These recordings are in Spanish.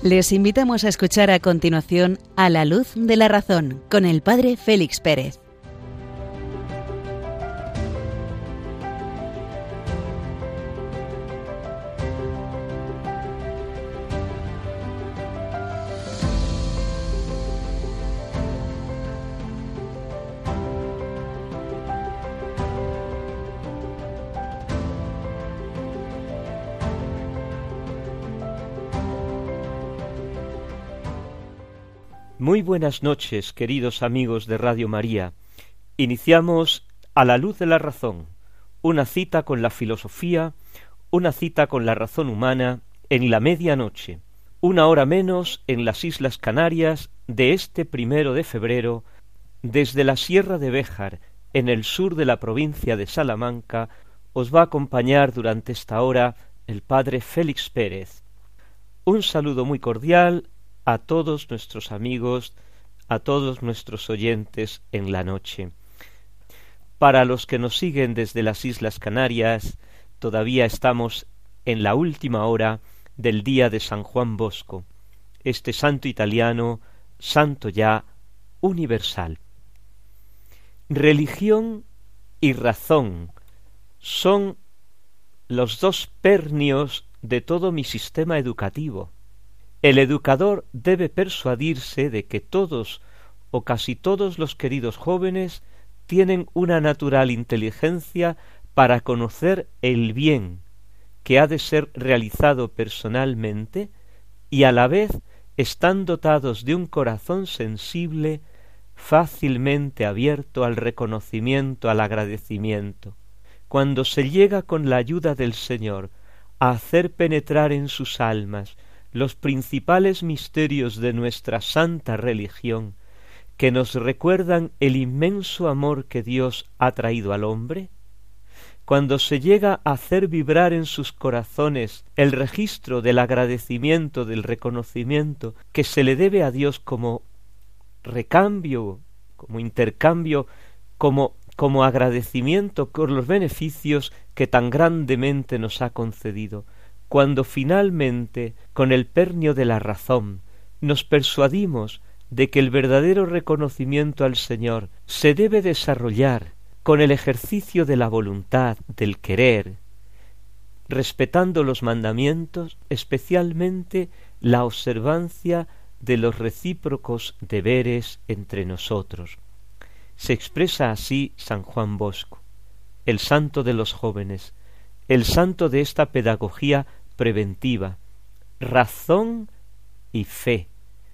Les invitamos a escuchar a continuación A la luz de la razón con el padre Félix Pérez. Muy buenas noches, queridos amigos de Radio María. Iniciamos A la luz de la razón, una cita con la filosofía, una cita con la razón humana en la medianoche, una hora menos en las Islas Canarias de este 1 de febrero, desde la Sierra de Béjar, en el sur de la provincia de Salamanca, os va a acompañar durante esta hora el padre Félix Pérez. Un saludo muy cordial a todos nuestros amigos, a todos nuestros oyentes en la noche. Para los que nos siguen desde las Islas Canarias, todavía estamos en la última hora del día de San Juan Bosco, este santo italiano, santo ya universal. Religión y razón son los dos pernios de todo mi sistema educativo. El educador debe persuadirse de que todos o casi todos los queridos jóvenes tienen una natural inteligencia para conocer el bien que ha de ser realizado personalmente y a la vez están dotados de un corazón sensible fácilmente abierto al reconocimiento, al agradecimiento. Cuando se llega con la ayuda del Señor a hacer penetrar en sus almas los principales misterios de nuestra santa religión, que nos recuerdan el inmenso amor que Dios ha traído al hombre, cuando se llega a hacer vibrar en sus corazones el registro del agradecimiento, del reconocimiento que se le debe a Dios como recambio, como intercambio, como agradecimiento por los beneficios que tan grandemente nos ha concedido, cuando finalmente, con el pernio de la razón, nos persuadimos de que el verdadero reconocimiento al Señor se debe desarrollar con el ejercicio de la voluntad, del querer, respetando los mandamientos, especialmente la observancia de los recíprocos deberes entre nosotros. Se expresa así San Juan Bosco, el santo de los jóvenes, el santo de esta pedagogía preventiva: razón y fe,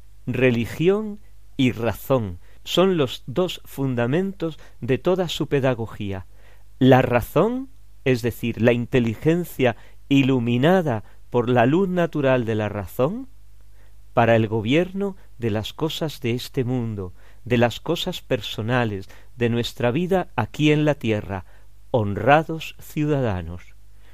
religión y razón son los dos fundamentos de toda su pedagogía. La razón, es decir, la inteligencia iluminada por la luz natural de la razón, para el gobierno de las cosas de este mundo, de las cosas personales, de nuestra vida aquí en la tierra, honrados ciudadanos.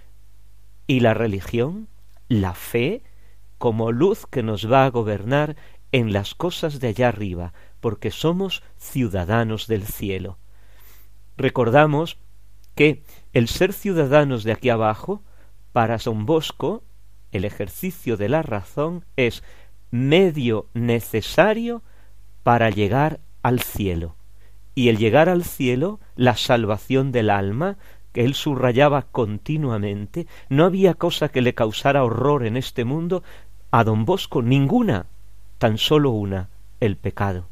Y la religión, la fe, como luz que nos va a gobernar en las cosas de allá arriba, porque somos ciudadanos del cielo. Recordamos que el ser ciudadanos de aquí abajo, para San Bosco, el ejercicio de la razón es medio necesario para llegar al cielo. Y el llegar al cielo, la salvación del alma, que él subrayaba continuamente, no había cosa que le causara horror en este mundo a don Bosco, ninguna, tan solo una: el pecado.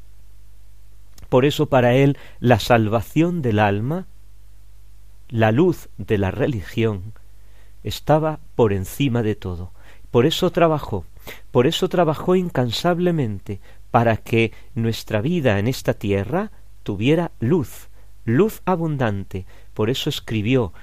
Por eso para él la salvación del alma, la luz de la religión, estaba por encima de todo. Por eso trabajó incansablemente para que nuestra vida en esta tierra tuviera luz abundante. Por eso escribió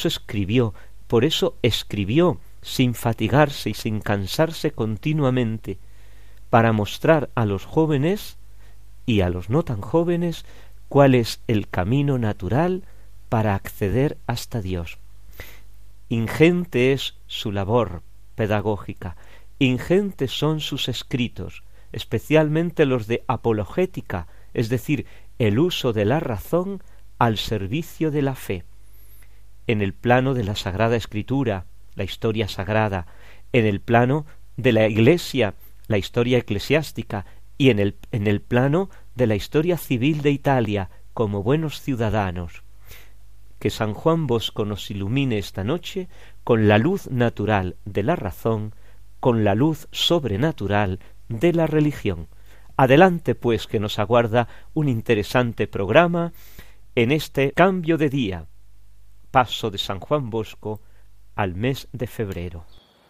sin fatigarse y sin cansarse continuamente, para mostrar a los jóvenes y a los no tan jóvenes cuál es el camino natural para acceder hasta Dios. Ingente es su labor pedagógica, ingentes son sus escritos, especialmente los de apologética, es decir, el uso de la razón al servicio de la fe, en el plano de la Sagrada Escritura, la historia sagrada, en el plano de la Iglesia, la historia eclesiástica, y en el plano de la historia civil de Italia, como buenos ciudadanos. Que San Juan Bosco nos ilumine esta noche con la luz natural de la razón, con la luz sobrenatural de la religión. Adelante, pues, que nos aguarda un interesante programa en este cambio de día, paso de San Juan Bosco al mes de febrero.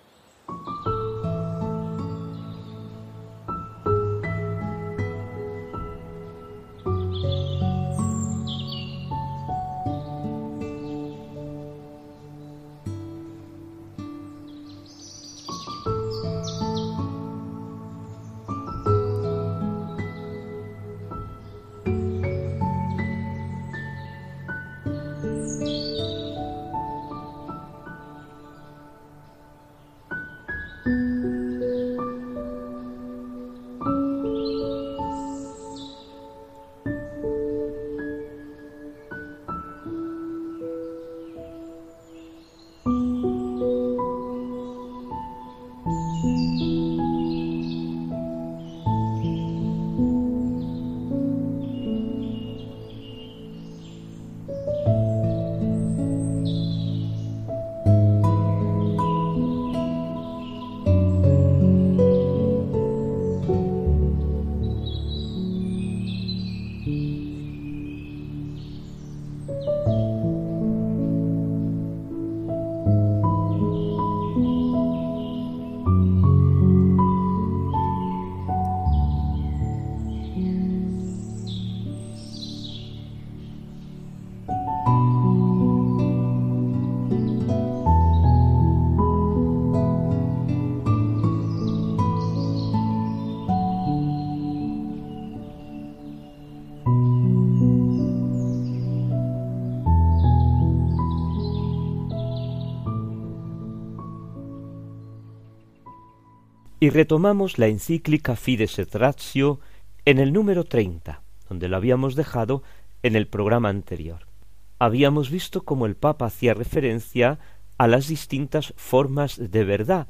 Y retomamos la encíclica Fides et Ratio en el número 30, donde lo habíamos dejado en el programa anterior. Habíamos visto cómo el Papa hacía referencia a las distintas formas de verdad,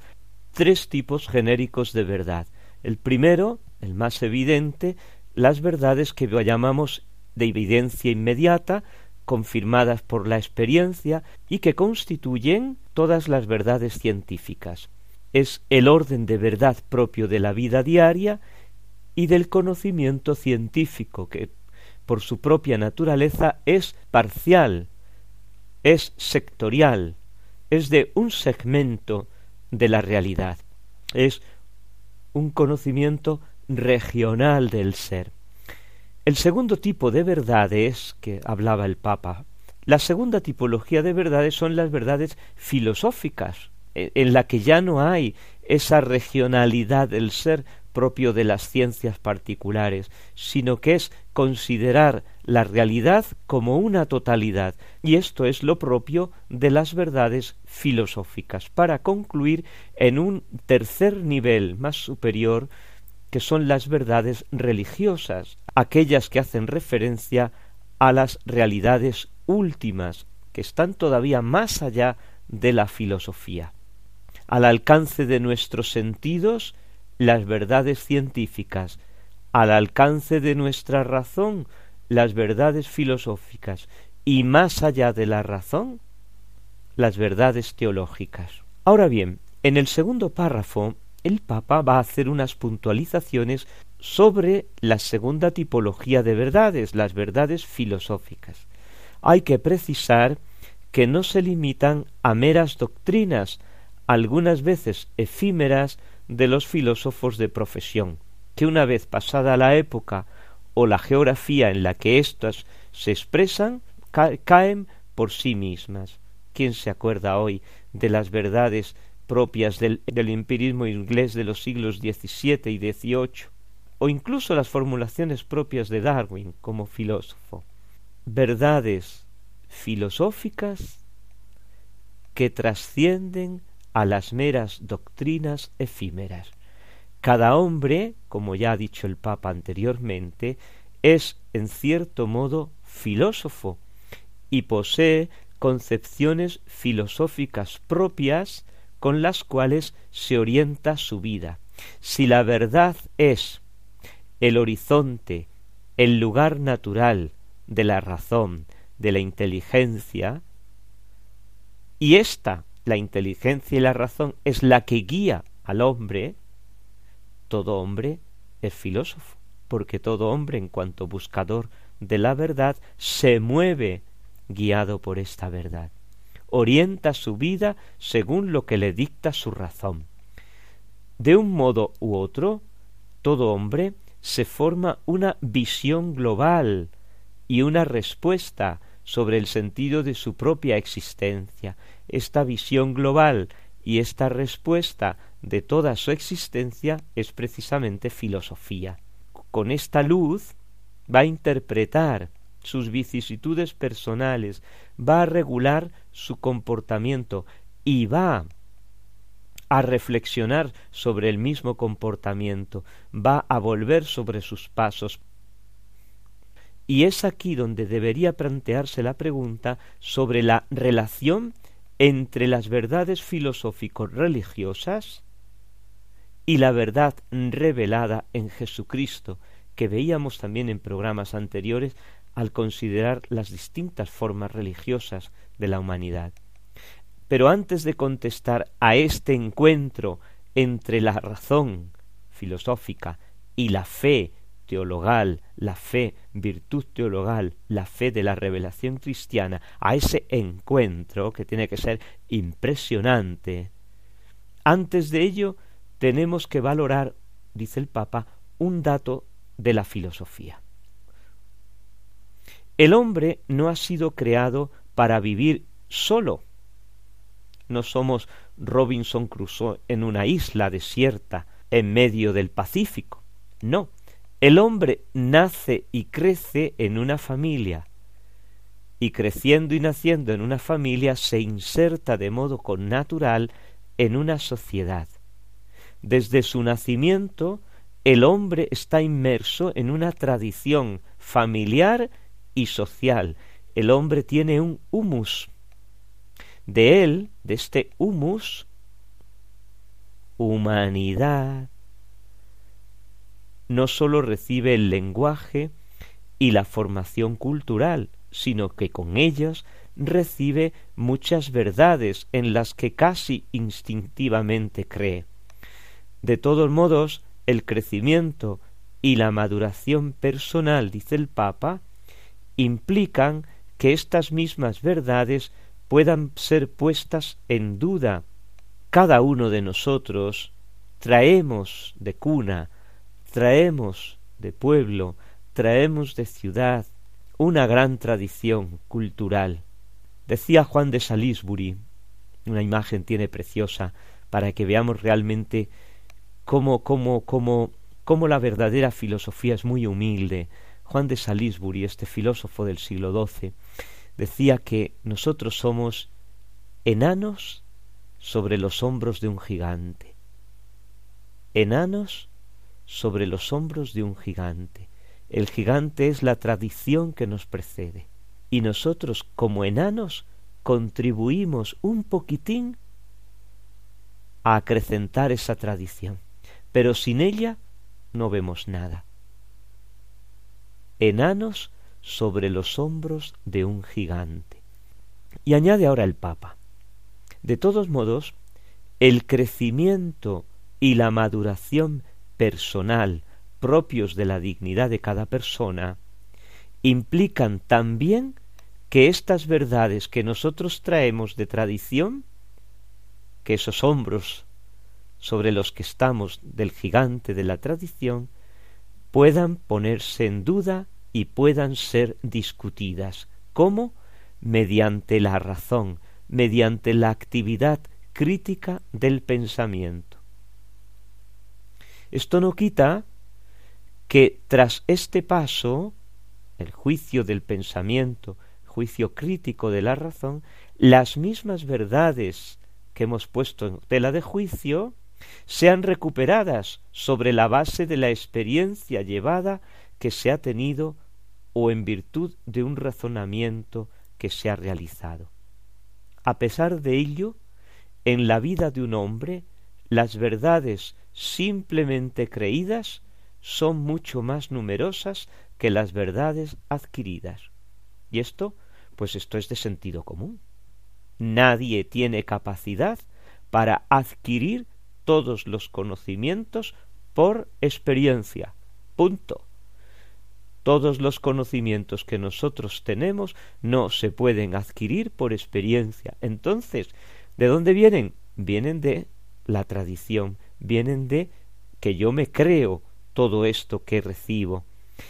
3 tipos genéricos de verdad. El primero, el más evidente, las verdades que llamamos de evidencia inmediata, confirmadas por la experiencia y que constituyen todas las verdades científicas. Es el orden de verdad propio de la vida diaria y del conocimiento científico, que por su propia naturaleza es parcial, es sectorial, es de un segmento de la realidad, es un conocimiento regional del ser. El segundo tipo de verdades que hablaba el Papa, la segunda tipología de verdades son las verdades filosóficas, en la que ya no hay esa regionalidad del ser propio de las ciencias particulares, sino que es considerar la realidad como una totalidad, y esto es lo propio de las verdades filosóficas, para concluir en un tercer nivel más superior, que son las verdades religiosas, aquellas que hacen referencia a las realidades últimas, que están todavía más allá de la filosofía. Al alcance de nuestros sentidos, las verdades científicas; al alcance de nuestra razón, las verdades filosóficas; y más allá de la razón, las verdades teológicas. Ahora bien, en el segundo párrafo, el Papa va a hacer unas puntualizaciones sobre la segunda tipología de verdades, las verdades filosóficas. Hay que precisar que no se limitan a meras doctrinas, algunas veces efímeras, de los filósofos de profesión, que una vez pasada la época o la geografía en la que éstas se expresan, caen por sí mismas. ¿Quién se acuerda hoy de las verdades propias del empirismo inglés de los siglos XVII y XVIII? O incluso las formulaciones propias de Darwin como filósofo. Verdades filosóficas que trascienden a las meras doctrinas efímeras. Cada hombre, como ya ha dicho el Papa anteriormente, es en cierto modo filósofo y posee concepciones filosóficas propias con las cuales se orienta su vida. Si la verdad es el horizonte, el lugar natural de la razón, de la inteligencia, y esta, la inteligencia y la razón, es la que guía al hombre, todo hombre es filósofo, porque todo hombre, en cuanto buscador de la verdad, se mueve guiado por esta verdad. Orienta su vida según lo que le dicta su razón. De un modo u otro, todo hombre se forma una visión global y una respuesta sobre el sentido de su propia existencia. Esta visión global y esta respuesta de toda su existencia es precisamente filosofía. Con esta luz va a interpretar sus vicisitudes personales, va a regular su comportamiento y va a reflexionar sobre el mismo comportamiento, va a volver sobre sus pasos. Y es aquí donde debería plantearse la pregunta sobre la relación entre las verdades filosófico-religiosas y la verdad revelada en Jesucristo, que veíamos también en programas anteriores al considerar las distintas formas religiosas de la humanidad. Pero antes de contestar a este encuentro entre la razón filosófica y la fe teologal, la fe, virtud teologal, la fe de la revelación cristiana, a ese encuentro que tiene que ser impresionante, antes de ello tenemos que valorar, dice el Papa, un dato de la filosofía. El hombre no ha sido creado para vivir solo. No somos Robinson Crusoe en una isla desierta en medio del Pacífico. No, el hombre nace y crece en una familia, y creciendo y naciendo en una familia se inserta de modo connatural en una sociedad. Desde su nacimiento, el hombre está inmerso en una tradición familiar y social. El hombre tiene un humus. De él, de este humus, humanidad, no sólo recibe el lenguaje y la formación cultural, sino que con ellos recibe muchas verdades en las que casi instintivamente cree. De todos modos, el crecimiento y la maduración personal, dice el Papa, implican que estas mismas verdades puedan ser puestas en duda. Cada uno de nosotros traemos de cuna, traemos de pueblo, traemos de ciudad una gran tradición cultural. Decía Juan de Salisbury, una imagen tiene preciosa para que veamos realmente cómo la verdadera filosofía es muy humilde. Juan de Salisbury, este filósofo del siglo XII, decía que nosotros somos enanos sobre los hombros de un gigante. Enanos sobre los hombros de un gigante. El gigante es la tradición que nos precede. Y nosotros, como enanos, contribuimos un poquitín a acrecentar esa tradición. Pero sin ella no vemos nada. Enanos sobre los hombros de un gigante. Y añade ahora el Papa: de todos modos, el crecimiento y la maduración personal propios de la dignidad de cada persona implican también que estas verdades que nosotros traemos de tradición, que esos hombros sobre los que estamos del gigante de la tradición, puedan ponerse en duda y puedan ser discutidas. ¿Cómo? Mediante la razón, mediante la actividad crítica del pensamiento. Esto no quita que tras este paso, el juicio del pensamiento, el juicio crítico de la razón, las mismas verdades que hemos puesto en tela de juicio sean recuperadas sobre la base de la experiencia llevada que se ha tenido o en virtud de un razonamiento que se ha realizado. A pesar de ello, en la vida de un hombre, las verdades simplemente creídas son mucho más numerosas que las verdades adquiridas. Y esto, pues esto es de sentido común. Nadie tiene capacidad para adquirir todos los conocimientos por experiencia. Punto. Todos los conocimientos que nosotros tenemos no se pueden adquirir por experiencia. Entonces, ¿de dónde vienen? Vienen de la tradición, vienen de que yo me creo todo esto que recibo.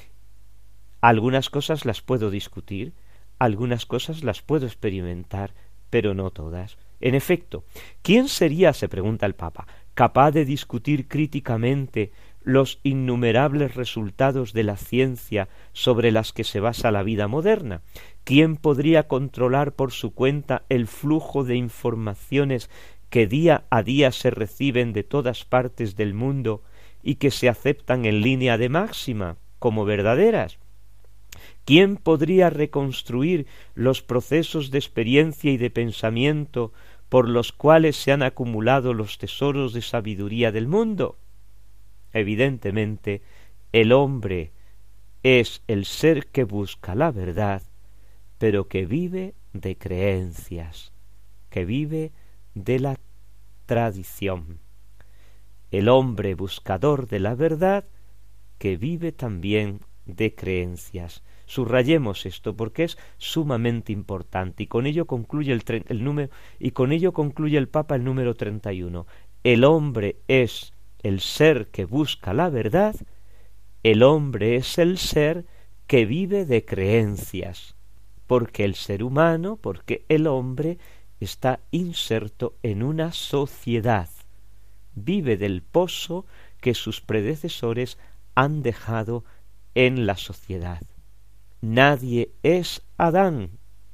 Algunas cosas las puedo discutir, algunas cosas las puedo experimentar, pero no todas. En efecto, ¿quién sería, se pregunta el Papa, capaz de discutir críticamente los innumerables resultados de la ciencia sobre las que se basa la vida moderna? ¿Quién podría controlar por su cuenta el flujo de informaciones que día a día se reciben de todas partes del mundo y que se aceptan en línea de máxima como verdaderas? ¿Quién podría reconstruir los procesos de experiencia y de pensamiento por los cuales se han acumulado los tesoros de sabiduría del mundo? Evidentemente, el hombre es el ser que busca la verdad, pero que vive de creencias, que vive de la tradición. El hombre buscador de la verdad que vive también de creencias. Subrayemos esto porque es sumamente importante y con ello concluye el número y con ello concluye el Papa el número 31. El hombre es el ser que busca la verdad, el hombre es el ser que vive de creencias, porque el ser humano, porque el hombre está inserto en una sociedad, vive del pozo que sus predecesores han dejado en la sociedad. Nadie es Adán,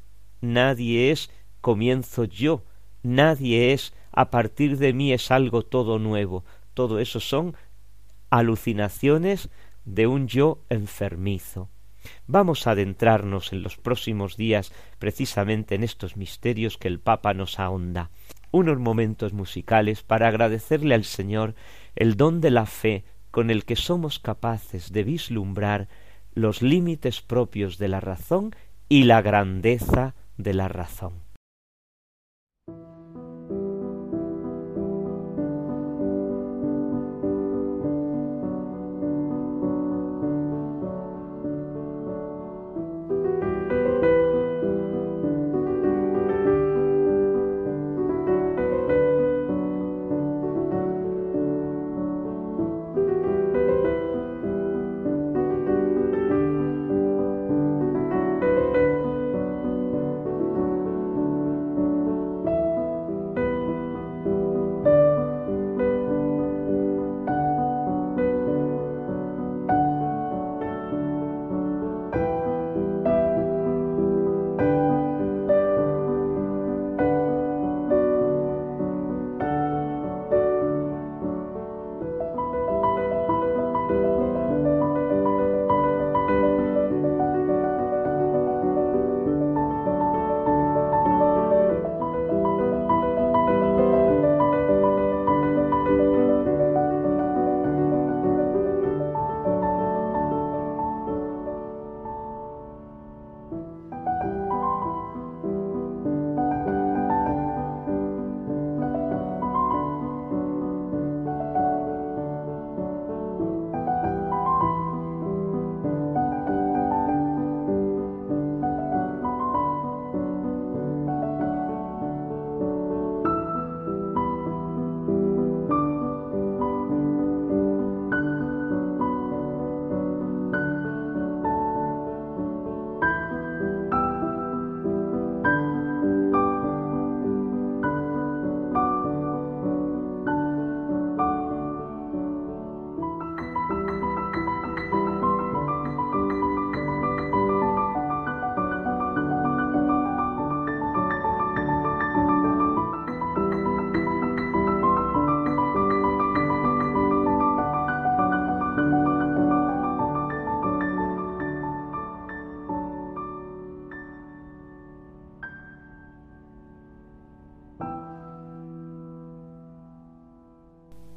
nadie es comienzo yo, nadie es a partir de mí es algo todo nuevo. Todo eso son alucinaciones de un yo enfermizo. Vamos a adentrarnos en los próximos días precisamente en estos misterios que el Papa nos ahonda. Unos momentos musicales para agradecerle al Señor el don de la fe con el que somos capaces de vislumbrar los límites propios de la razón y la grandeza de la razón.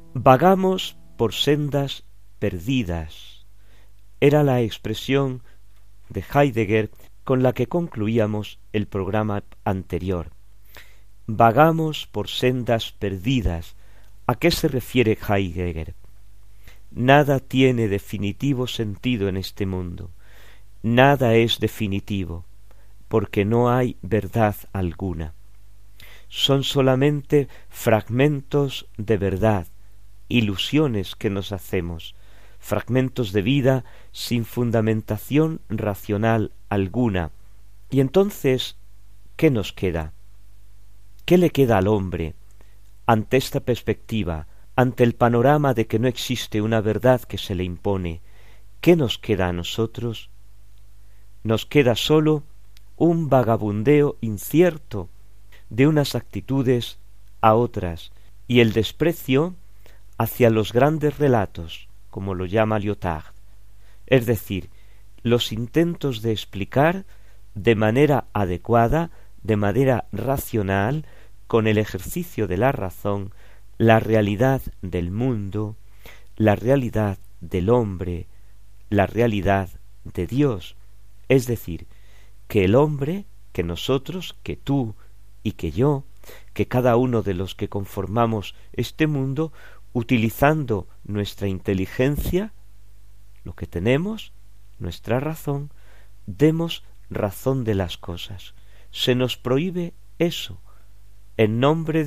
Vagamos por sendas perdidas. Era la expresión de Heidegger con la que concluíamos el programa anterior. Vagamos por sendas perdidas. ¿A qué se refiere Heidegger? Nada tiene definitivo sentido en este mundo. Nada es definitivo, porque no hay verdad alguna. Son solamente fragmentos de verdad, ilusiones que nos hacemos, fragmentos de vida sin fundamentación racional alguna. Y entonces, ¿qué nos queda? ¿Qué le queda al hombre ante esta perspectiva, ante el panorama de que no existe una verdad que se le impone? ¿Qué nos queda a nosotros? Nos queda sólo un vagabundeo incierto de unas actitudes a otras, y el desprecio hacia los grandes relatos, como lo llama Lyotard, es decir, los intentos de explicar de manera adecuada, de manera racional, con el ejercicio de la razón, la realidad del mundo, la realidad del hombre, la realidad de Dios. Es decir, que el hombre, que nosotros, que tú y que yo, que cada uno de los que conformamos este mundo, utilizando nuestra inteligencia, lo que tenemos, nuestra razón, demos razón de las cosas. Se nos prohíbe eso, en nombre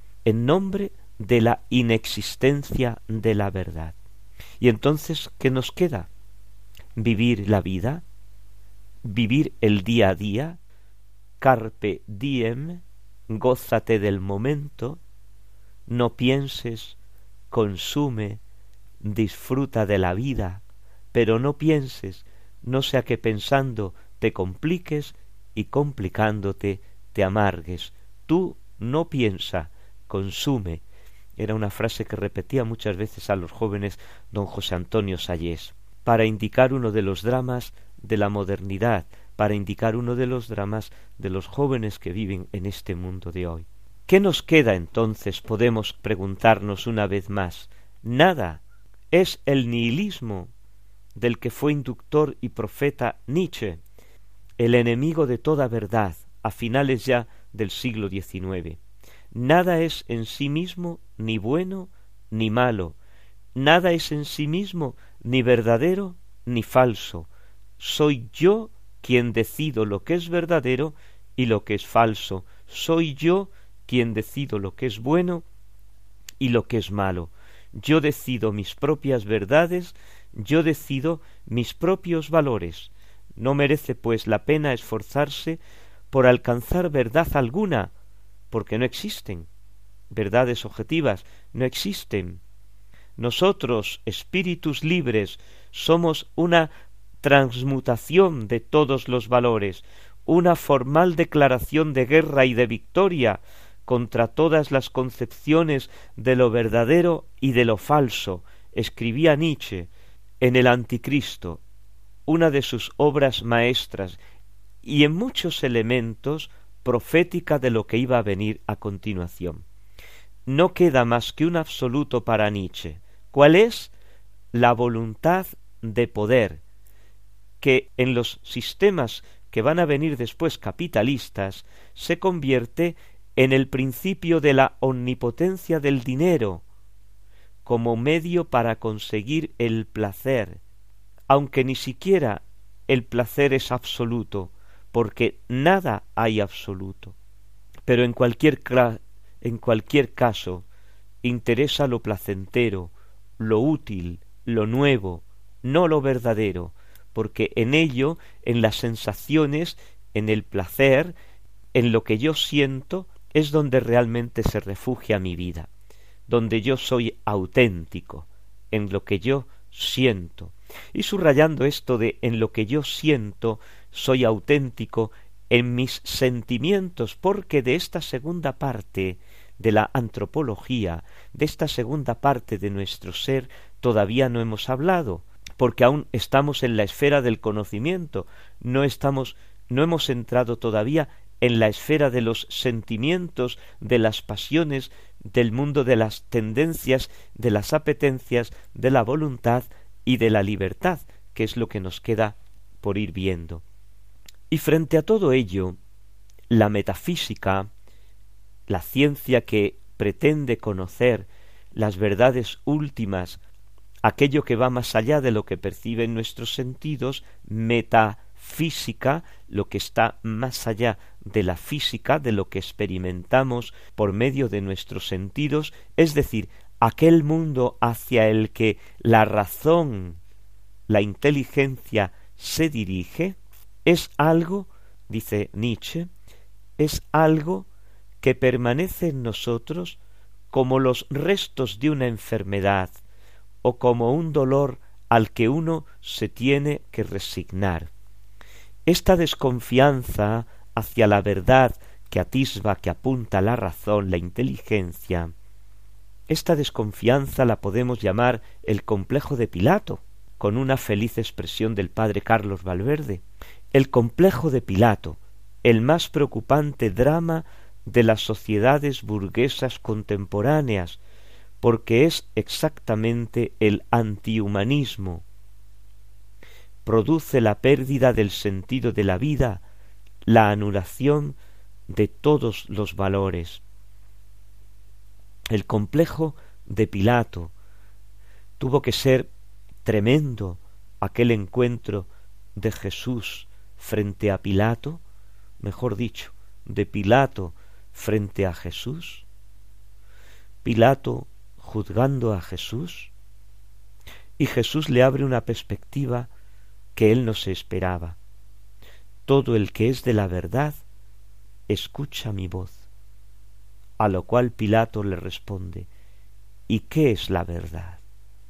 de la inexistencia de la verdad. Y entonces, ¿qué nos queda? Vivir la vida, vivir el día a día, carpe diem, gózate del momento, no pienses, consume, disfruta de la vida, pero no pienses, no sea que pensando te compliques y complicándote te amargues. Tú no piensa, consume. Era una frase que repetía muchas veces a los jóvenes don José Antonio Sayés, para indicar uno de los dramas de la modernidad, para indicar uno de los dramas de los jóvenes que viven en este mundo de hoy. ¿Qué nos queda entonces? Podemos preguntarnos una vez más. Nada. Es el nihilismo del que fue inductor y profeta Nietzsche, el enemigo de toda verdad a finales ya del siglo XIX. Nada es en sí mismo ni bueno ni malo, nada es en sí mismo ni verdadero ni falso. Soy yo quien decido lo que es verdadero y lo que es falso. Soy yo quien decido lo que es bueno y lo que es malo. Yo decido mis propias verdades, yo decido mis propios valores. No merece pues la pena esforzarse por alcanzar verdad alguna, porque no existen. Verdades objetivas no existen. Nosotros, espíritus libres, somos una transmutación de todos los valores, una formal declaración de guerra y de victoria contra todas las concepciones de lo verdadero y de lo falso, escribía Nietzsche en El Anticristo, una de sus obras maestras, y en muchos elementos profética de lo que iba a venir a continuación. No queda más que un absoluto para Nietzsche. ¿Cuál es? La voluntad de poder, que en los sistemas que van a venir después capitalistas se convierte en el principio de la omnipotencia del dinero como medio para conseguir el placer, aunque ni siquiera el placer es absoluto, porque nada hay absoluto. Pero en cualquier caso interesa lo placentero, lo útil, lo nuevo, no lo verdadero, porque en ello, en las sensaciones, en el placer, en lo que yo siento, es donde realmente se refugia mi vida, donde yo soy auténtico, en lo que yo siento. Y subrayando esto de en lo que yo siento, soy auténtico en mis sentimientos, porque de esta segunda parte de la antropología, de esta segunda parte de nuestro ser, todavía no hemos hablado, porque aún estamos en la esfera del conocimiento, no hemos entrado todavía en la esfera de los sentimientos, de las pasiones, del mundo de las tendencias, de las apetencias, de la voluntad y de la libertad, que es lo que nos queda por ir viendo. Y frente a todo ello, la metafísica, la ciencia que pretende conocer las verdades últimas, aquello que va más allá de lo que perciben nuestros sentidos, metafísica, lo que está más allá de la física, de lo que experimentamos por medio de nuestros sentidos, es decir, aquel mundo hacia el que la razón, la inteligencia se dirige, es algo, dice Nietzsche, es algo que permanece en nosotros como los restos de una enfermedad o como un dolor al que uno se tiene que resignar. Esta desconfianza hacia la verdad que atisba, que apunta la razón, la inteligencia, esta desconfianza la podemos llamar el complejo de Pilato, con una feliz expresión del padre Carlos Valverde. El complejo de Pilato, el más preocupante drama de las sociedades burguesas contemporáneas, porque es exactamente el antihumanismo. Produce la pérdida del sentido de la vida, la anulación de todos los valores. El complejo de Pilato tuvo que ser tremendo, aquel encuentro de Jesús frente a Pilato, mejor dicho, de Pilato frente a Jesús, Pilato juzgando a Jesús, y Jesús le abre una perspectiva que él no se esperaba. Todo el que es de la verdad, escucha mi voz. A lo cual Pilato le responde, ¿y qué es la verdad?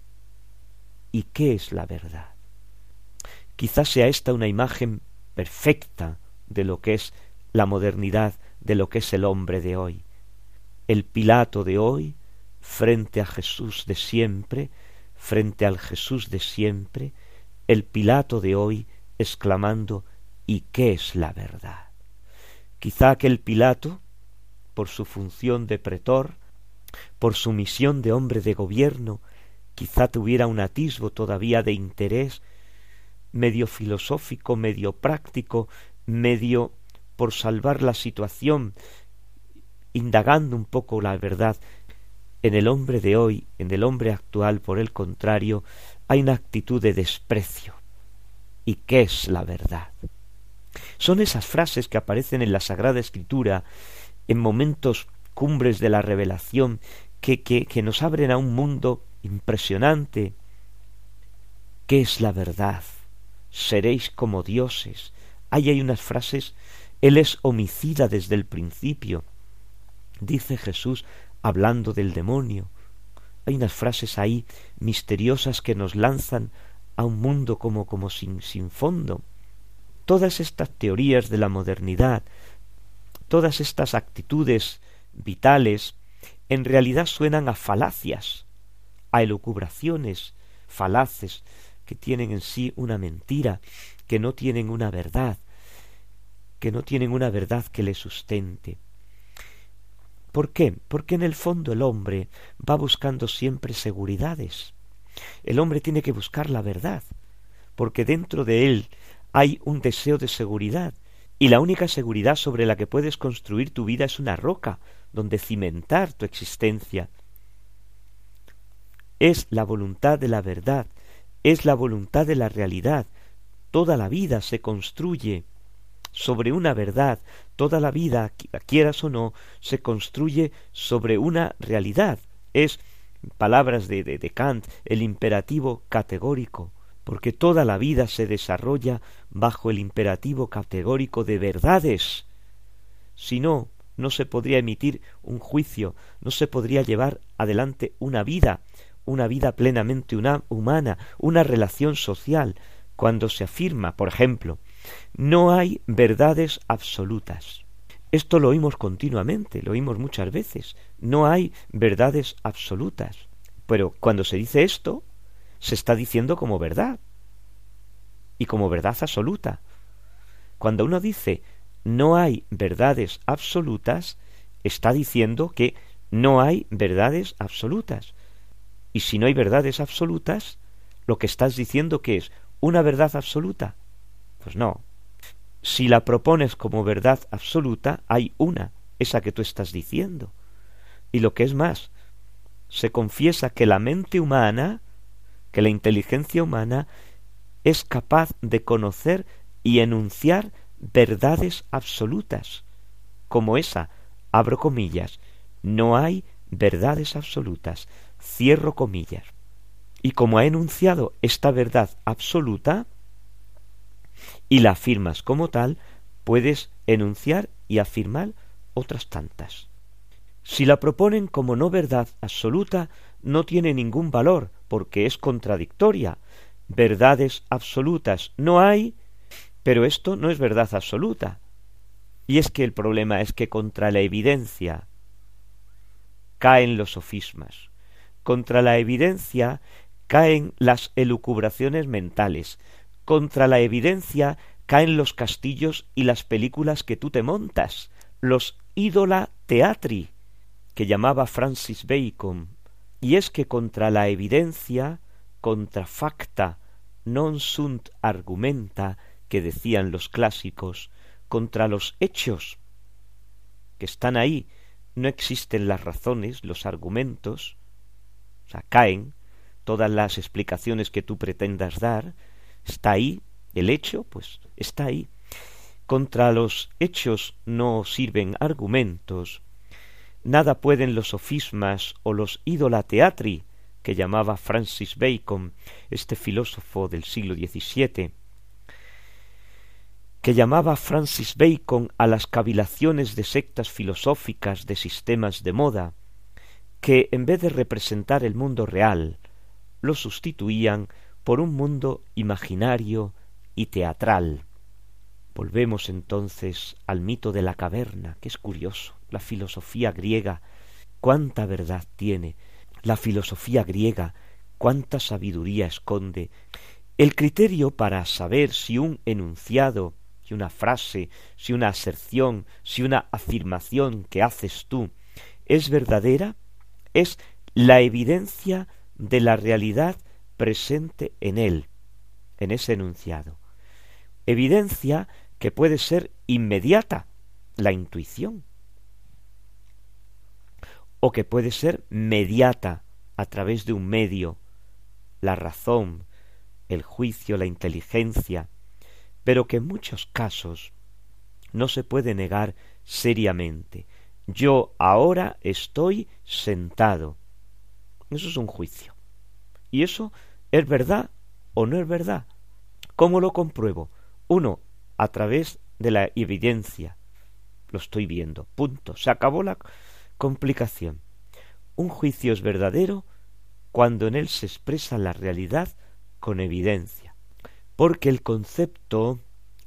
¿Y qué es la verdad? Quizás sea esta una imagen perfecta de lo que es la modernidad, de lo que es el hombre de hoy. El Pilato de hoy, frente a Jesús de siempre, frente al Jesús de siempre, el Pilato de hoy exclamando, ¿y qué es la verdad? Quizá aquel Pilato, por su función de pretor, por su misión de hombre de gobierno, quizá tuviera un atisbo todavía de interés, medio filosófico, medio práctico, medio por salvar la situación, indagando un poco la verdad. En el hombre de hoy, en el hombre actual, por el contrario, hay una actitud de desprecio. ¿Y qué es la verdad? Son esas frases que aparecen en la Sagrada Escritura en momentos cumbres de la revelación que nos abren a un mundo impresionante. ¿Qué es la verdad? Seréis como dioses. Ahí hay unas frases. Él es homicida desde el principio, dice Jesús hablando del demonio. Hay unas frases ahí misteriosas que nos lanzan a un mundo como sin fondo. Todas estas teorías de la modernidad, todas estas actitudes vitales, en realidad suenan a falacias, a elucubraciones falaces que tienen en sí una mentira, que no tienen una verdad, que no tienen una verdad que le sustente. ¿Por qué? Porque en el fondo el hombre va buscando siempre seguridades. El hombre tiene que buscar la verdad, porque dentro de él hay un deseo de seguridad, y la única seguridad sobre la que puedes construir tu vida es una roca donde cimentar tu existencia. Es la voluntad de la verdad, es la voluntad de la realidad. Toda la vida se construye sobre una verdad, toda la vida, quieras o no, se construye sobre una realidad. Es, palabras de Kant, el imperativo categórico, porque toda la vida se desarrolla bajo el imperativo categórico de verdades. Si no, no se podría emitir un juicio, no se podría llevar adelante una vida plenamente humana, una relación social, cuando se afirma, por ejemplo, no hay verdades absolutas. Esto lo oímos continuamente, lo oímos muchas veces. No hay verdades absolutas. Pero cuando se dice esto, se está diciendo como verdad, y como verdad absoluta. Cuando uno dice no hay verdades absolutas, está diciendo que no hay verdades absolutas. Y si no hay verdades absolutas, lo que estás diciendo que es una verdad absoluta, pues no. Si la propones como verdad absoluta, hay una, esa que tú estás diciendo. Y lo que es más, se confiesa que la mente humana, que la inteligencia humana, es capaz de conocer y enunciar verdades absolutas, como esa, abro comillas, no hay verdades absolutas, cierro comillas. Y como ha enunciado esta verdad absoluta, y la afirmas como tal, puedes enunciar y afirmar otras tantas. Si la proponen como no verdad absoluta, no tiene ningún valor, porque es contradictoria. Verdades absolutas no hay, pero esto no es verdad absoluta. Y es que el problema es que contra la evidencia caen los sofismas, contra la evidencia caen las elucubraciones mentales, contra la evidencia caen los castillos y las películas que tú te montas, los ídola teatri, que llamaba Francis Bacon. Y es que contra la evidencia, contra facta, non sunt argumenta, que decían los clásicos, contra los hechos que están ahí, no existen las razones, los argumentos, o sea, caen todas las explicaciones que tú pretendas dar, está ahí, el hecho, pues está ahí. Contra los hechos no sirven argumentos, nada pueden los sofismas o los ídola teatri, que llamaba Francis Bacon, este filósofo del siglo XVII, que llamaba Francis Bacon a las cavilaciones de sectas filosóficas, de sistemas de moda, que en vez de representar el mundo real, lo sustituían por un mundo imaginario y teatral. Volvemos entonces al mito de la caverna, que es curioso. La filosofía griega, cuánta verdad tiene. La filosofía griega, cuánta sabiduría esconde. El criterio para saber si un enunciado, si una frase, si una aserción, si una afirmación que haces tú es verdadera, es la evidencia de la realidad presente en él, en ese enunciado. Evidencia que puede ser inmediata, la intuición, o que puede ser mediata a través de un medio, la razón, el juicio, la inteligencia, pero que en muchos casos no se puede negar seriamente. Yo ahora estoy sentado. Eso es un juicio. ¿Y eso es verdad o no es verdad? ¿Cómo lo compruebo? Uno, a través de la evidencia. Lo estoy viendo. Punto. Se acabó la complicación. Un juicio es verdadero cuando en él se expresa la realidad con evidencia. Porque el concepto,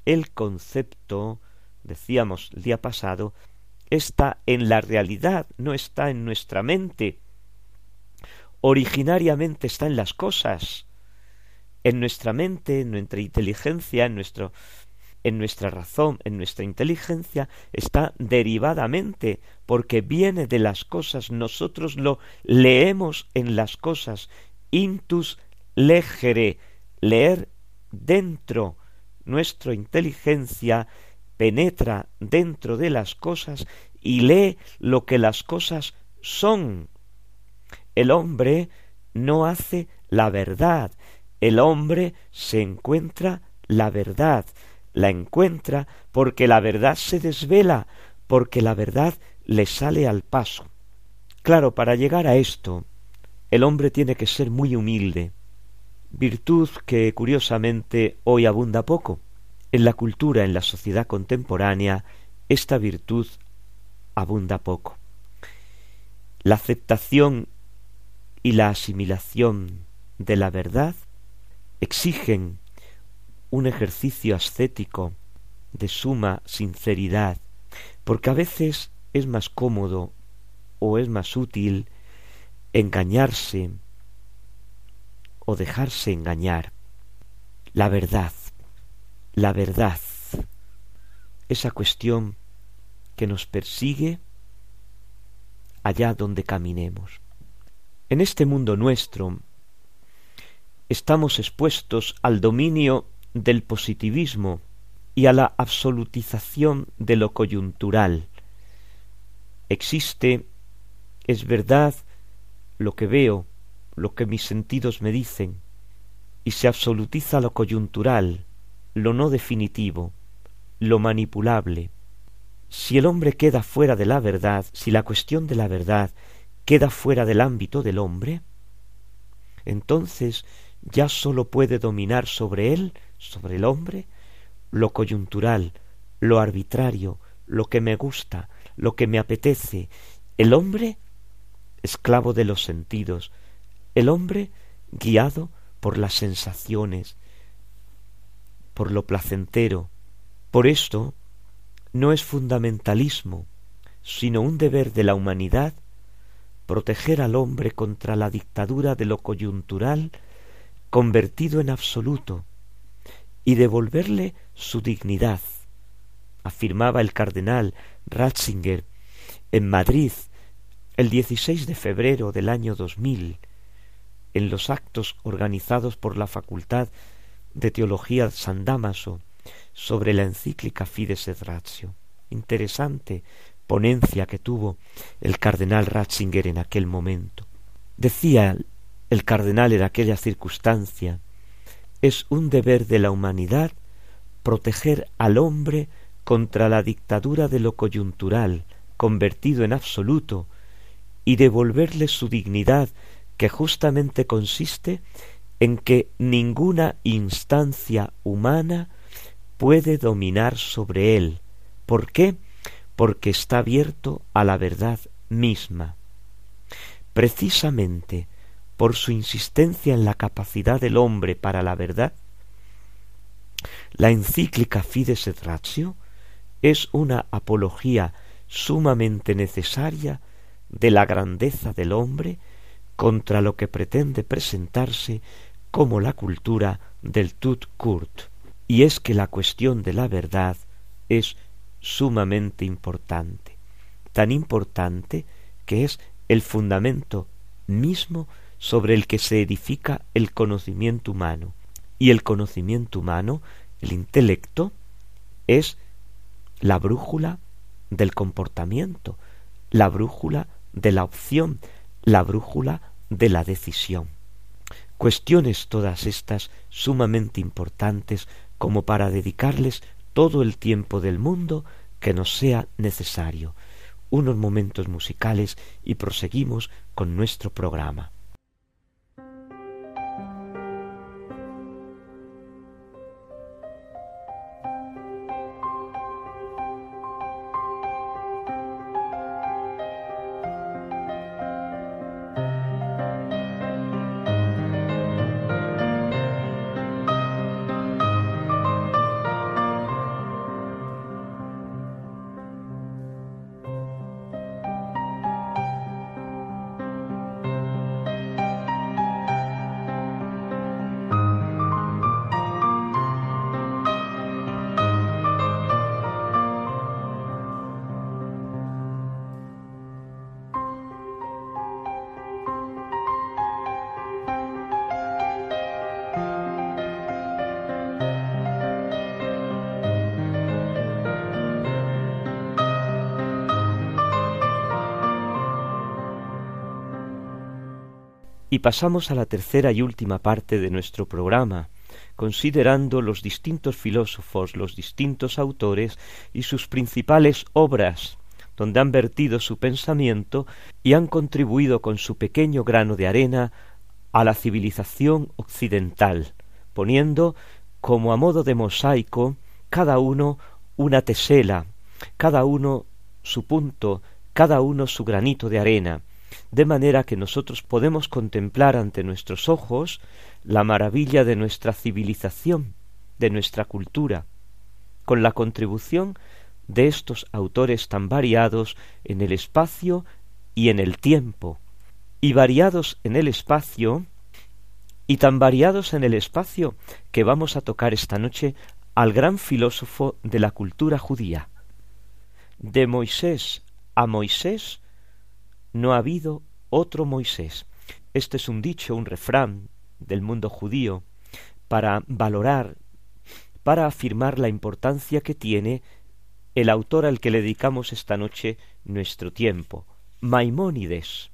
decíamos el día pasado, está en la realidad, no está en nuestra mente. Originariamente está en las cosas, en nuestra mente, en nuestra inteligencia, en nuestra razón, en nuestra inteligencia, está derivadamente, porque viene de las cosas, nosotros lo leemos en las cosas, intus legere, leer dentro, nuestra inteligencia penetra dentro de las cosas y lee lo que las cosas son. El hombre no hace la verdad, el hombre se encuentra la verdad, la encuentra porque la verdad se desvela, porque la verdad le sale al paso. Claro, para llegar a esto, el hombre tiene que ser muy humilde, virtud que curiosamente hoy abunda poco. En la cultura, en la sociedad contemporánea, esta virtud abunda poco. La aceptación y la asimilación de la verdad exigen un ejercicio ascético de suma sinceridad, porque a veces es más cómodo o es más útil engañarse o dejarse engañar. La verdad, esa cuestión que nos persigue allá donde caminemos. En este mundo nuestro estamos expuestos al dominio del positivismo y a la absolutización de lo coyuntural. Existe, es verdad, lo que veo, lo que mis sentidos me dicen, y se absolutiza lo coyuntural, lo no definitivo, lo manipulable. Si el hombre queda fuera de la verdad, si la cuestión de la verdad queda fuera del ámbito del hombre, entonces ya sólo puede dominar sobre él, sobre el hombre, lo coyuntural, lo arbitrario, lo que me gusta, lo que me apetece. El hombre, esclavo de los sentidos, el hombre guiado por las sensaciones, por lo placentero. Por esto no es fundamentalismo, sino un deber de la humanidad proteger al hombre contra la dictadura de lo coyuntural convertido en absoluto y devolverle su dignidad, afirmaba el cardenal Ratzinger en Madrid el 16 de febrero del año 2000, en los actos organizados por la Facultad de Teología San Dámaso sobre la encíclica Fides et Ratio. Interesante ponencia que tuvo el cardenal Ratzinger en aquel momento. Decía el cardenal en aquella circunstancia: es un deber de la humanidad proteger al hombre contra la dictadura de lo coyuntural, convertido en absoluto, y devolverle su dignidad, que justamente consiste en que ninguna instancia humana puede dominar sobre él. ¿Por qué? Porque está abierto a la verdad misma. Precisamente por su insistencia en la capacidad del hombre para la verdad, la encíclica Fides et Ratio es una apología sumamente necesaria de la grandeza del hombre contra lo que pretende presentarse como la cultura del tout court. Y es que la cuestión de la verdad es sumamente importante, tan importante que es el fundamento mismo sobre el que se edifica el conocimiento humano. Y el conocimiento humano, el intelecto, es la brújula del comportamiento, la brújula de la opción, la brújula de la decisión. Cuestiones todas estas sumamente importantes como para dedicarles todo el tiempo del mundo que nos sea necesario. Unos momentos musicales y proseguimos con nuestro programa. Y pasamos a la tercera y última parte de nuestro programa, considerando los distintos filósofos, los distintos autores y sus principales obras, donde han vertido su pensamiento y han contribuido con su pequeño grano de arena a la civilización occidental, poniendo como a modo de mosaico cada uno una tesela, cada uno su punto, cada uno su granito de arena, de manera que nosotros podemos contemplar ante nuestros ojos la maravilla de nuestra civilización, de nuestra cultura, con la contribución de estos autores tan variados en el espacio y en el tiempo, y variados en el espacio, y tan variados en el espacio que vamos a tocar esta noche al gran filósofo de la cultura judía. De Moisés a Moisés no ha habido otro Moisés. Este es un dicho, un refrán del mundo judío para valorar, para afirmar la importancia que tiene el autor al que le dedicamos esta noche nuestro tiempo, Maimónides.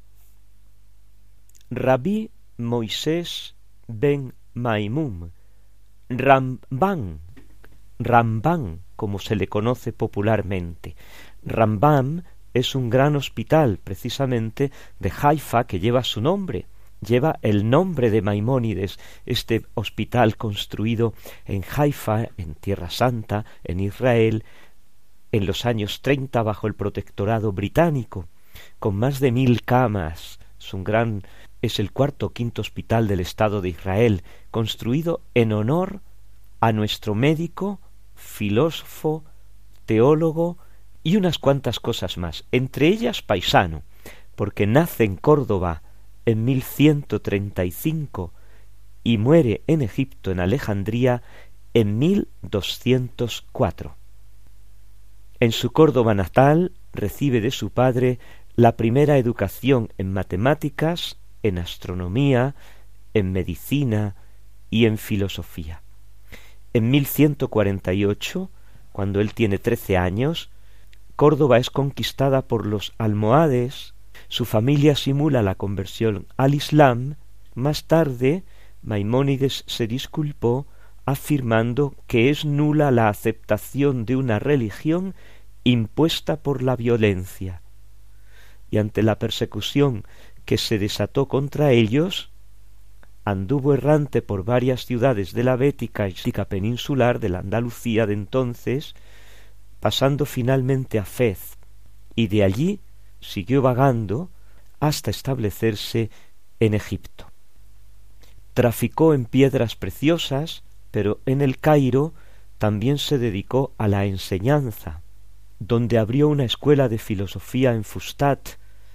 Rabí Moisés ben Maimum, Rambam, como se le conoce popularmente. Rambam es un gran hospital, precisamente, de Haifa, que lleva su nombre. Lleva el nombre de Maimónides, este hospital construido en Haifa, en Tierra Santa, en Israel, en los años 30 bajo el protectorado británico, con más de 1000 camas. Es el cuarto o quinto hospital del Estado de Israel, construido en honor a nuestro médico, filósofo, teólogo y unas cuantas cosas más, entre ellas paisano, porque nace en Córdoba en 1135 y muere en Egipto, en Alejandría, en 1204. En su Córdoba natal recibe de su padre la primera educación en matemáticas, en astronomía, en medicina y en filosofía. En 1148, cuando él tiene 13 años, Córdoba es conquistada por los almohades, su familia simula la conversión al Islam. Más tarde, Maimónides se disculpó afirmando que es nula la aceptación de una religión impuesta por la violencia. Y ante la persecución que se desató contra ellos, anduvo errante por varias ciudades de la Bética y peninsular, de la Andalucía de entonces, pasando finalmente a Fez, y de allí siguió vagando hasta establecerse en Egipto. Traficó en piedras preciosas, pero en el Cairo también se dedicó a la enseñanza, donde abrió una escuela de filosofía en Fustat,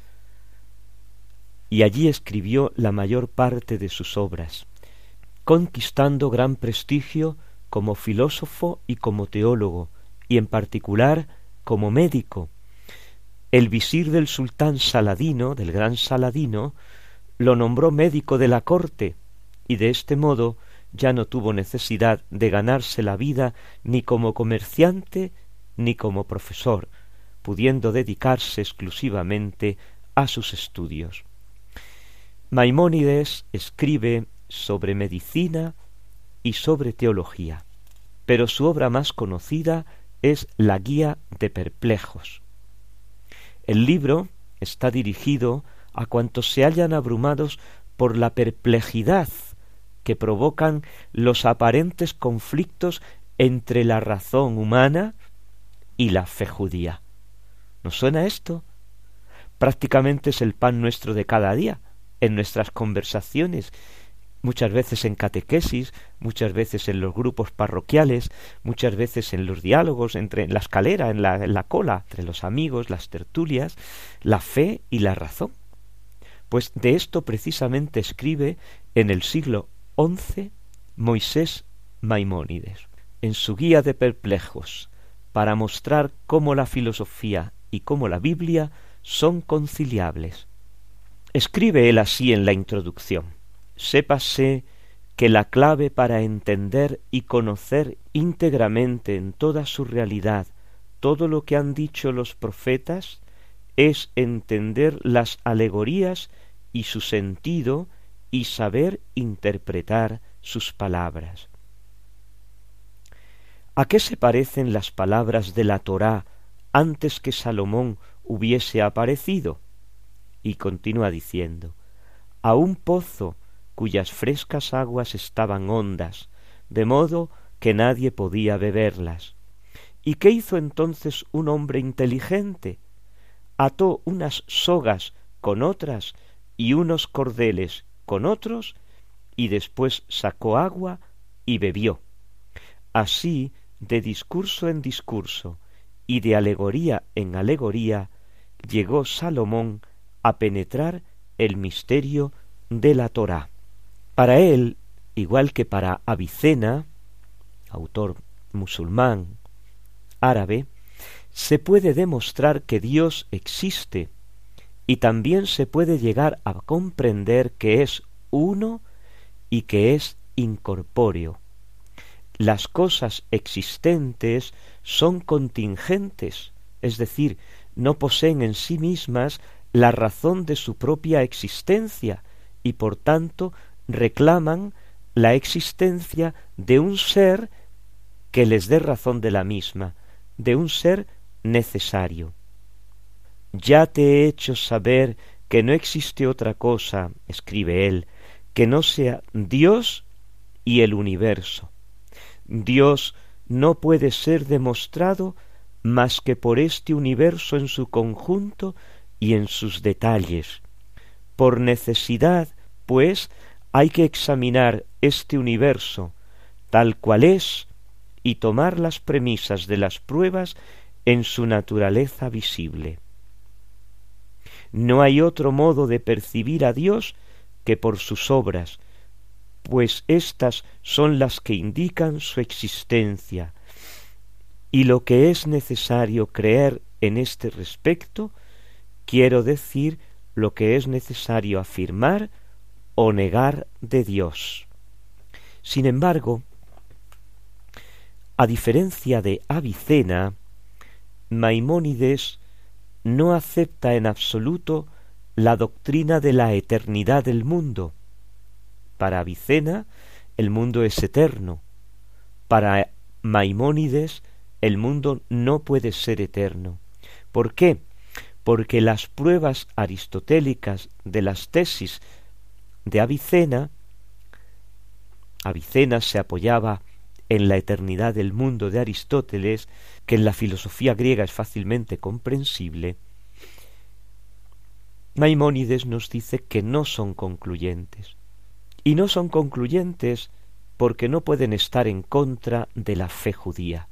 y allí escribió la mayor parte de sus obras, conquistando gran prestigio como filósofo y como teólogo, y en particular como médico. El visir del sultán Saladino, del gran Saladino, lo nombró médico de la corte, y de este modo ya no tuvo necesidad de ganarse la vida ni como comerciante ni como profesor, pudiendo dedicarse exclusivamente a sus estudios. Maimónides escribe sobre medicina y sobre teología, pero su obra más conocida es la Guía de Perplejos. El libro está dirigido a cuantos se hallan abrumados por la perplejidad que provocan los aparentes conflictos entre la razón humana y la fe judía. ¿Nos suena esto? Prácticamente es el pan nuestro de cada día, en nuestras conversaciones, muchas veces en catequesis, muchas veces en los grupos parroquiales, muchas veces en los diálogos, en la escalera, en la cola, entre los amigos, las tertulias, la fe y la razón. Pues de esto precisamente escribe en el siglo XI Moisés Maimónides, en su Guía de Perplejos, para mostrar cómo la filosofía y cómo la Biblia son conciliables. Escribe él así en la introducción: sépase que la clave para entender y conocer íntegramente en toda su realidad todo lo que han dicho los profetas es entender las alegorías y su sentido y saber interpretar sus palabras. ¿A qué se parecen las palabras de la Torá antes que Salomón hubiese aparecido? Y continúa diciendo: a un pozo cuyas frescas aguas estaban hondas, de modo que nadie podía beberlas. ¿Y qué hizo entonces un hombre inteligente? Ató unas sogas con otras y unos cordeles con otros, y después sacó agua y bebió. Así, de discurso en discurso y de alegoría en alegoría, llegó Salomón a penetrar el misterio de la Torá. Para él, igual que para Avicena, autor musulmán árabe, se puede demostrar que Dios existe y también se puede llegar a comprender que es uno y que es incorpóreo. Las cosas existentes son contingentes, es decir, no poseen en sí mismas la razón de su propia existencia y por tanto reclaman la existencia de un ser que les dé razón de la misma, de un ser necesario. Ya te he hecho saber que no existe otra cosa, escribe él, que no sea Dios y el universo. Dios no puede ser demostrado más que por este universo en su conjunto y en sus detalles. Por necesidad, pues, hay que examinar este universo tal cual es y tomar las premisas de las pruebas en su naturaleza visible. No hay otro modo de percibir a Dios que por sus obras, pues éstas son las que indican su existencia, y lo que es necesario creer en este respecto, quiero decir lo que es necesario afirmar o negar de Dios. Sin embargo, a diferencia de Avicena, Maimónides no acepta en absoluto la doctrina de la eternidad del mundo. Para Avicena, el mundo es eterno. Para Maimónides, el mundo no puede ser eterno. ¿Por qué? Porque las pruebas aristotélicas de las tesis de Avicena se apoyaba en la eternidad del mundo de Aristóteles, que en la filosofía griega es fácilmente comprensible. Maimónides nos dice que no son concluyentes. Y no son concluyentes porque no pueden estar en contra de la fe judía.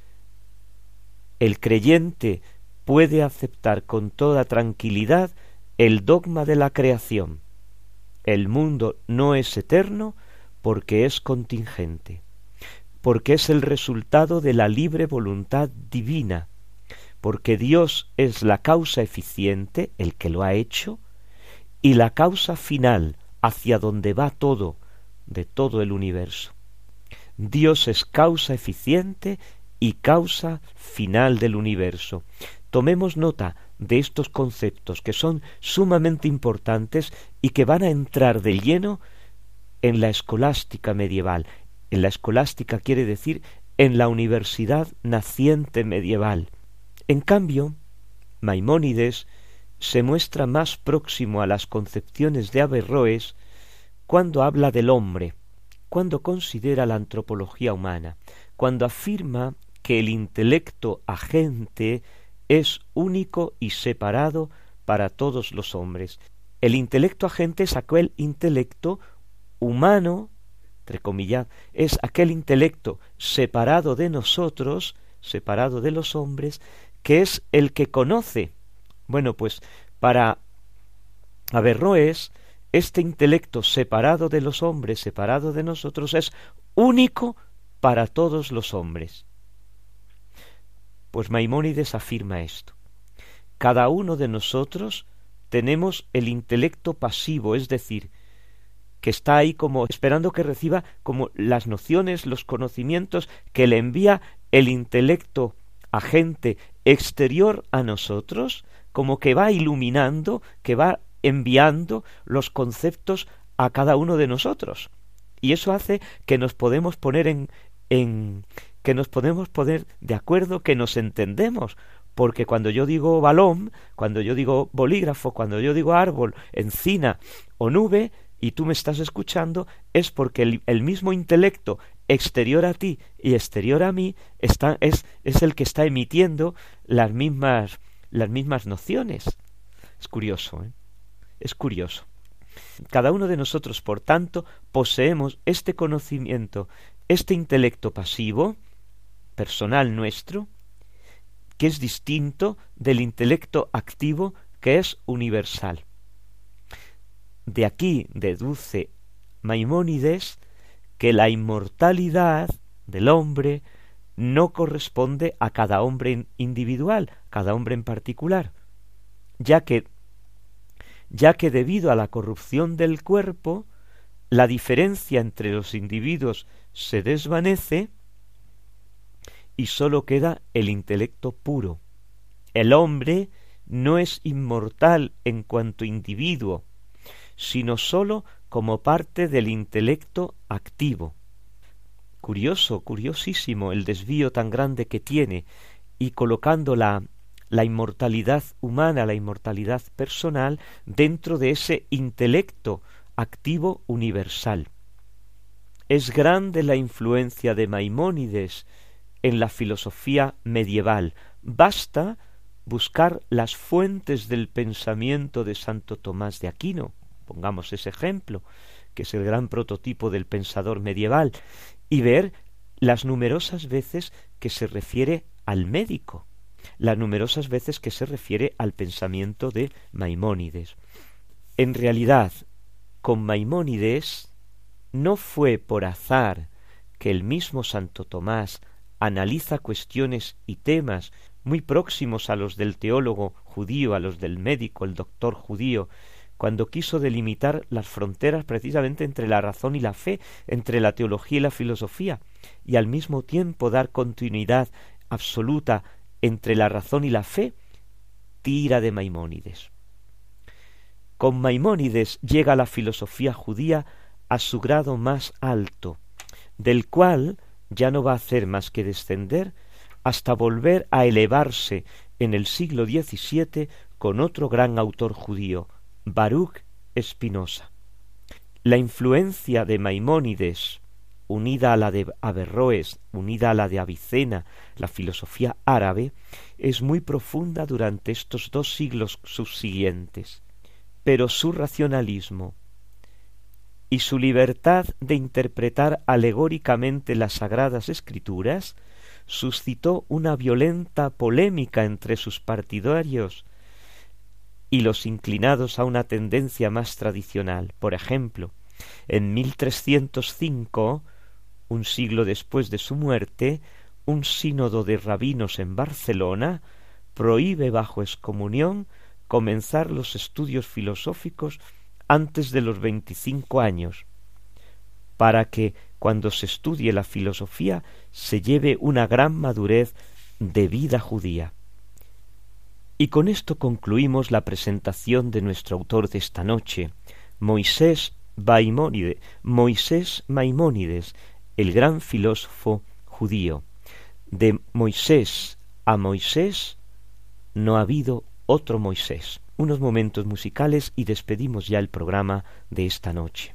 El creyente puede aceptar con toda tranquilidad el dogma de la creación. El mundo no es eterno porque es contingente, porque es el resultado de la libre voluntad divina, porque Dios es la causa eficiente, el que lo ha hecho, y la causa final hacia donde va todo, de todo el universo. Dios es causa eficiente y causa final del universo. Tomemos nota de estos conceptos que son sumamente importantes y que van a entrar de lleno en la escolástica medieval. En la escolástica quiere decir en la universidad naciente medieval. En cambio, Maimónides se muestra más próximo a las concepciones de Averroes cuando habla del hombre, cuando considera la antropología humana, cuando afirma que el intelecto agente es único y separado para todos los hombres. El intelecto agente es aquel intelecto humano, entre comillas, es aquel intelecto separado de nosotros, separado de los hombres, que es el que conoce. Bueno, pues para Averroes, este intelecto separado de los hombres, separado de nosotros, es único para todos los hombres. Pues Maimónides afirma esto. Cada uno de nosotros tenemos el intelecto pasivo, es decir, que está ahí como esperando que reciba como las nociones, los conocimientos que le envía el intelecto agente exterior a nosotros, como que va iluminando, que va enviando los conceptos a cada uno de nosotros. Y eso hace que nos podemos poner que nos podemos poner de acuerdo, que nos entendemos, porque cuando yo digo balón, cuando yo digo bolígrafo, cuando yo digo árbol, encina o nube, y tú me estás escuchando, es porque el mismo intelecto exterior a ti y exterior a mí es el que está emitiendo las mismas nociones. Es curioso, ¿eh? Es curioso. Cada uno de nosotros, por tanto, poseemos este conocimiento, este intelecto pasivo, personal nuestro, que es distinto del intelecto activo, que es universal. De aquí deduce Maimónides que la inmortalidad del hombre no corresponde a cada hombre individual, cada hombre en particular, ya que ya que debido a la corrupción del cuerpo, la diferencia entre los individuos se desvanece y sólo queda el intelecto puro. El hombre no es inmortal en cuanto individuo, sino sólo como parte del intelecto activo. Curiosísimo el desvío tan grande que tiene, y colocando la inmortalidad humana, la inmortalidad personal, dentro de ese intelecto activo universal. Es grande la influencia de Maimónides en la filosofía medieval. Basta buscar las fuentes del pensamiento de Santo Tomás de Aquino, pongamos ese ejemplo, que es el gran prototipo del pensador medieval, y ver las numerosas veces que se refiere al médico, las numerosas veces que se refiere al pensamiento de Maimónides. En realidad, con Maimónides no fue por azar que el mismo Santo Tomás analiza cuestiones y temas muy próximos a los del teólogo judío, a los del médico, el doctor judío, cuando quiso delimitar las fronteras precisamente entre la razón y la fe, entre la teología y la filosofía, y al mismo tiempo dar continuidad absoluta entre la razón y la fe, tira de Maimónides. Con Maimónides llega la filosofía judía a su grado más alto, del cual ya no va a hacer más que descender hasta volver a elevarse en el siglo XVII con otro gran autor judío, Baruch Spinoza. La influencia de Maimónides, unida a la de Averroes, unida a la de Avicena, la filosofía árabe, es muy profunda durante estos 2 siglos subsiguientes. Pero su racionalismo y su libertad de interpretar alegóricamente las Sagradas Escrituras suscitó una violenta polémica entre sus partidarios y los inclinados a una tendencia más tradicional. Por ejemplo, en 1305, un siglo después de su muerte, un sínodo de rabinos en Barcelona prohíbe bajo excomunión comenzar los estudios filosóficos antes de los 25 años, para que cuando se estudie la filosofía se lleve una gran madurez de vida judía. Y con esto concluimos la presentación de nuestro autor de esta noche, Moisés Maimónides, el gran filósofo judío. De Moisés a Moisés no ha habido otro Moisés. Unos momentos musicales y despedimos ya el programa de esta noche.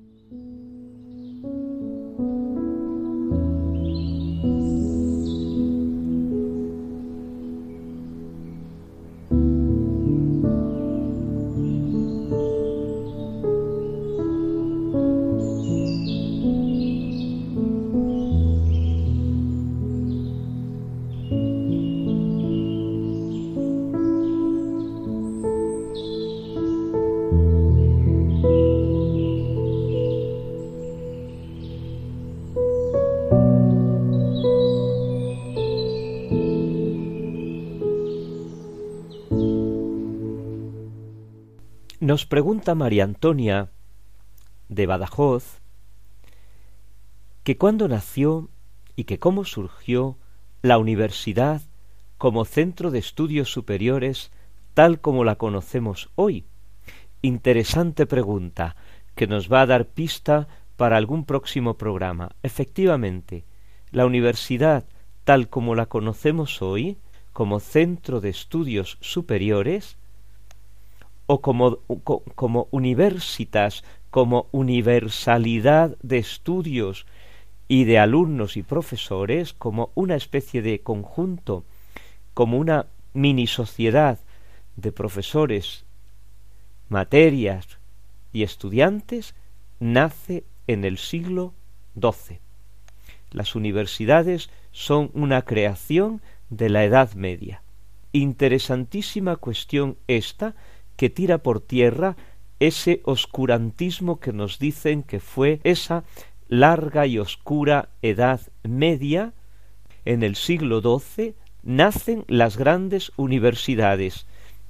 Nos pregunta María Antonia de Badajoz que cuándo nació y que cómo surgió la universidad como centro de estudios superiores tal como la conocemos hoy. Interesante pregunta que nos va a dar pista para algún próximo programa. Efectivamente, la universidad tal como la conocemos hoy, como centro de estudios superiores, o como universitas, como universalidad de estudios y de alumnos y profesores, como una especie de conjunto, como una mini sociedad de profesores, materias y estudiantes, nace en el siglo XII. Las universidades son una creación de la Edad Media. Interesantísima cuestión esta, que tira por tierra ese oscurantismo que nos dicen que fue esa larga y oscura Edad Media. En el siglo XII nacen las grandes universidades,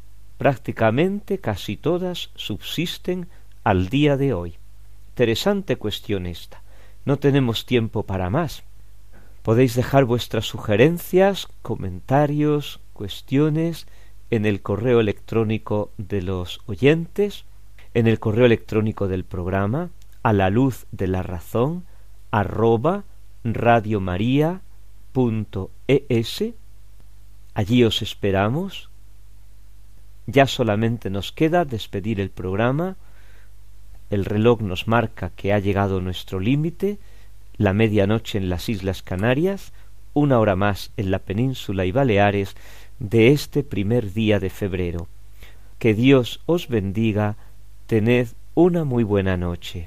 prácticamente casi todas subsisten al día de hoy. Interesante cuestión esta. No tenemos tiempo para más. Podéis dejar vuestras sugerencias, comentarios, cuestiones en el correo electrónico de los oyentes, en el correo electrónico del programa, @radiomaria.es. Allí os esperamos. Ya solamente nos queda despedir el programa. El reloj nos marca que ha llegado nuestro límite, la medianoche en las Islas Canarias, 1 hora más en la península y Baleares de este primer día de febrero. Que Dios os bendiga, tened una muy buena noche.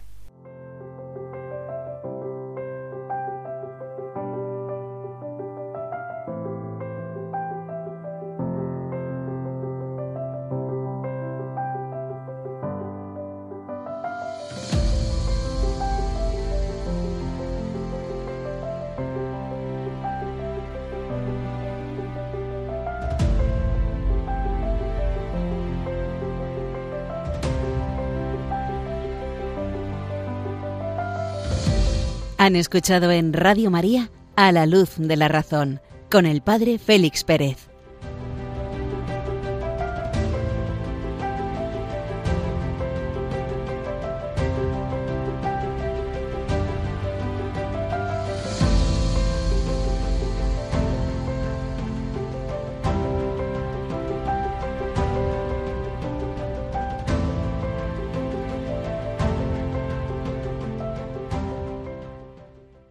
Han escuchado en Radio María A la Luz de la Razón con el Padre Félix Pérez.